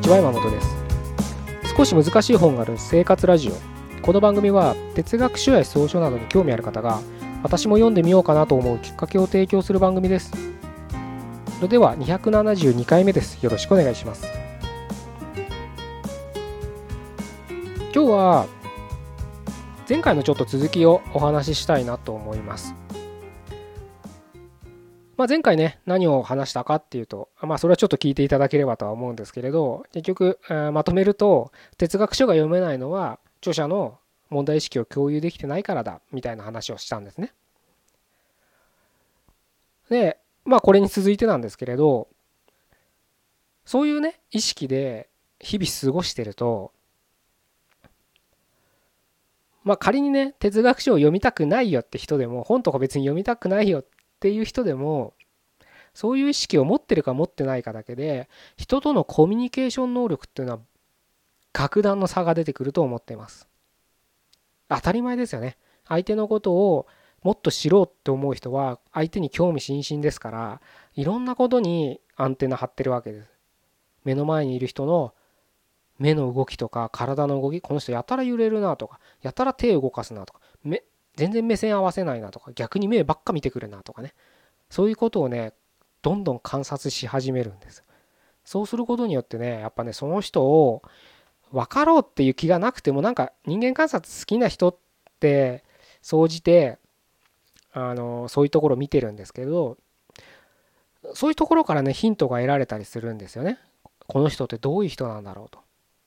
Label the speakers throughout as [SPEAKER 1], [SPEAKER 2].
[SPEAKER 1] は山本です。少し難しい本がある生活ラジオ。この番組は哲学書や思想書などに興味ある方が私も読んでみようかなと思うきっかけを提供する番組です。それでは272回目です。よろしくお願いします。今日は前回のちょっと続きをお話ししたいなと思います。前回ね、何を話したかっていうと、それはちょっと聞いていただければとは思うんですけれど、結局まとめると、哲学書が読めないのは著者の問題意識を共有できてないからだみたいな話をしたんですね。で、これに続いてなんですけれど、そういうね意識で日々過ごしてると、仮にね哲学書を読みたくないよって人でも、本とか別に読みたくないよっていう人でも、そういう意識を持ってるか持ってないかだけで人とのコミュニケーション能力っていうのは格段の差が出てくると思っています。当たり前ですよね。相手のことをもっと知ろうって思う人は相手に興味津々ですから、いろんなことにアンテナ張ってるわけです。目の前にいる人の目の動きとか体の動き、この人やたら揺れるなとか、やたら手を動かすなとか、全然目線合わせないなとか、逆に目ばっか見てくるなとかね、そういうことをねどんどん観察し始めるんです。そうすることによってね、やっぱねその人を分かろうっていう気がなくても、人間観察好きな人って総じてそういうところを見てるんですけど、そういうところからねヒントが得られたりするんですよね。この人ってどういう人なんだろうと。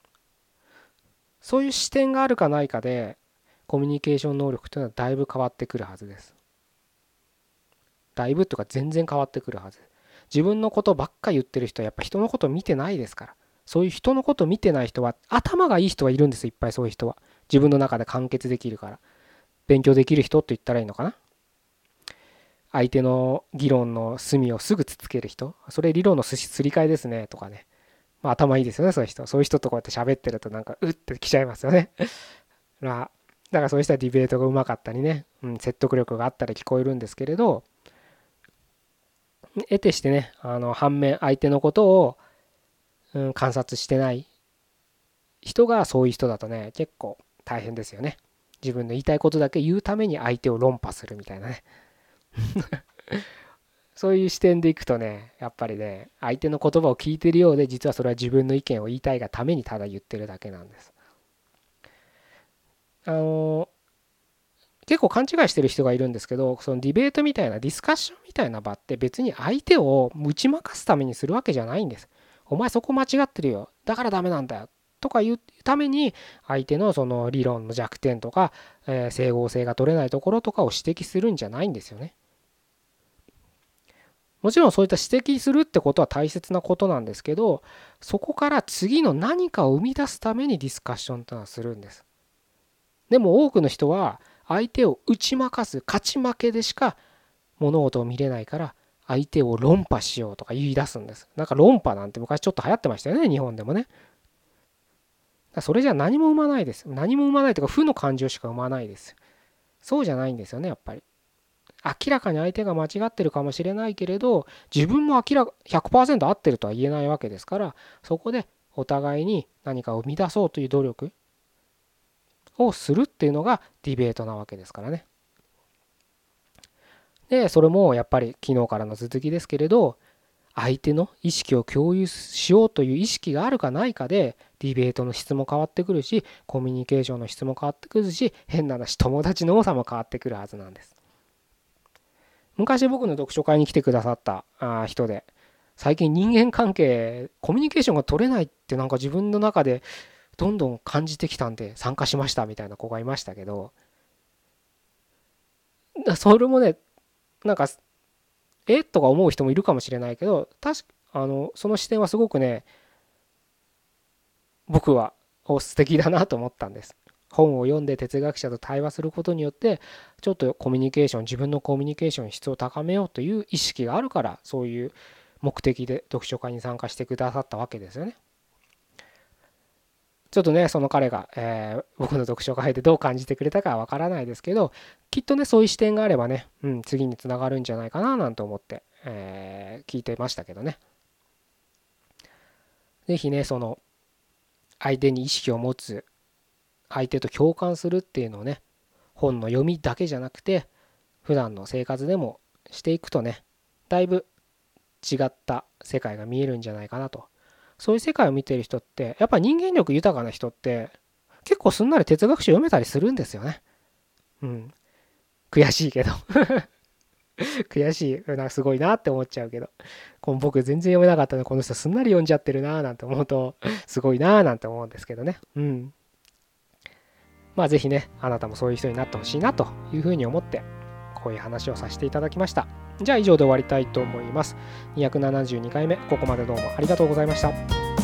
[SPEAKER 1] そういう視点があるかないかでコミュニケーション能力というのはだいぶ変わってくるはずです。だいぶというか全然変わってくるはず。自分のことばっか言ってる人はやっぱ人のこと見てないですから。そういう人のこと見てない人は、頭がいい人はいるんです、いっぱい。そういう人は自分の中で完結できるから、勉強できる人って言ったらいいのかな。相手の議論の隅をすぐつつける人、それ理論のすり替えですねとかね、頭いいですよね、そういう人。そういう人とこうやって喋ってるとうってきちゃいますよね。だからそういう人はディベートがうまかったりね、説得力があったり聞こえるんですけれど、得てしてね、反面相手のことを、観察してない人がそういう人だとね、結構大変ですよね。自分の言いたいことだけ言うために相手を論破するみたいなね。そういう視点でいくとね、やっぱりね、相手の言葉を聞いてるようで、実はそれは自分の意見を言いたいがためにただ言ってるだけなんです。あの結構勘違いしてる人がいるんですけど、そのディベートみたいなディスカッションみたいな場って別に相手を打ち負かすためにするわけじゃないんです。お前そこ間違ってるよ、だからダメなんだよとか言うために、相手のその理論の弱点とか、整合性が取れないところとかを指摘するんじゃないんですよね。もちろんそういった指摘するってことは大切なことなんですけど、そこから次の何かを生み出すためにディスカッションというのはするんです。でも多くの人は相手を打ち負かす、勝ち負けでしか物事を見れないから、相手を論破しようとか言い出すんです。論破なんて昔ちょっと流行ってましたよね、日本でもね。それじゃ何も生まないです。何も生まないというか、負の感情しか生まないです。そうじゃないんですよね、やっぱり。明らかに相手が間違ってるかもしれないけれど、自分も100% 合ってるとは言えないわけですから、そこでお互いに何かを生み出そうという努力をするっていうのがディベートなわけですからね。で、それもやっぱり昨日からの続きですけれど、相手の意識を共有しようという意識があるかないかでディベートの質も変わってくるし、コミュニケーションの質も変わってくるし、変な話、友達の多さも変わってくるはずなんです。昔僕の読書会に来てくださった人で、最近人間関係コミュニケーションが取れないって自分の中でどんどん感じてきたんで参加しましたみたいな子がいましたけど、それもね、なんかとか思う人もいるかもしれないけど、その視点はすごくね、僕は素敵だなと思ったんです。本を読んで哲学者と対話することによって、ちょっと自分のコミュニケーション質を高めようという意識があるから、そういう目的で読書会に参加してくださったわけですよね。ちょっとね、その彼が、僕の読書会でどう感じてくれたかはわからないですけど、きっとね、そういう視点があればね、次につながるんじゃないかななんて思って、聞いてましたけどね。ぜひね、 相手に意識を持つ、相手と共感するっていうのをね、本の読みだけじゃなくて普段の生活でもしていくとね、だいぶ違った世界が見えるんじゃないかなと。そういう世界を見ている人って、やっぱ人間力豊かな人って結構すんなり哲学書読めたりするんですよね。うん。悔しいけど悔しい。なんかすごいなって思っちゃうけど、僕全然読めなかったので、この人すんなり読んじゃってるなーなんて思うと、すごいなーなんて思うんですけどね。うん。まあぜひね、あなたもそういう人になってほしいなというふうに思って、こういう話をさせていただきました。じゃあ以上で終わりたいと思います。272回目、ここまでどうもありがとうございました。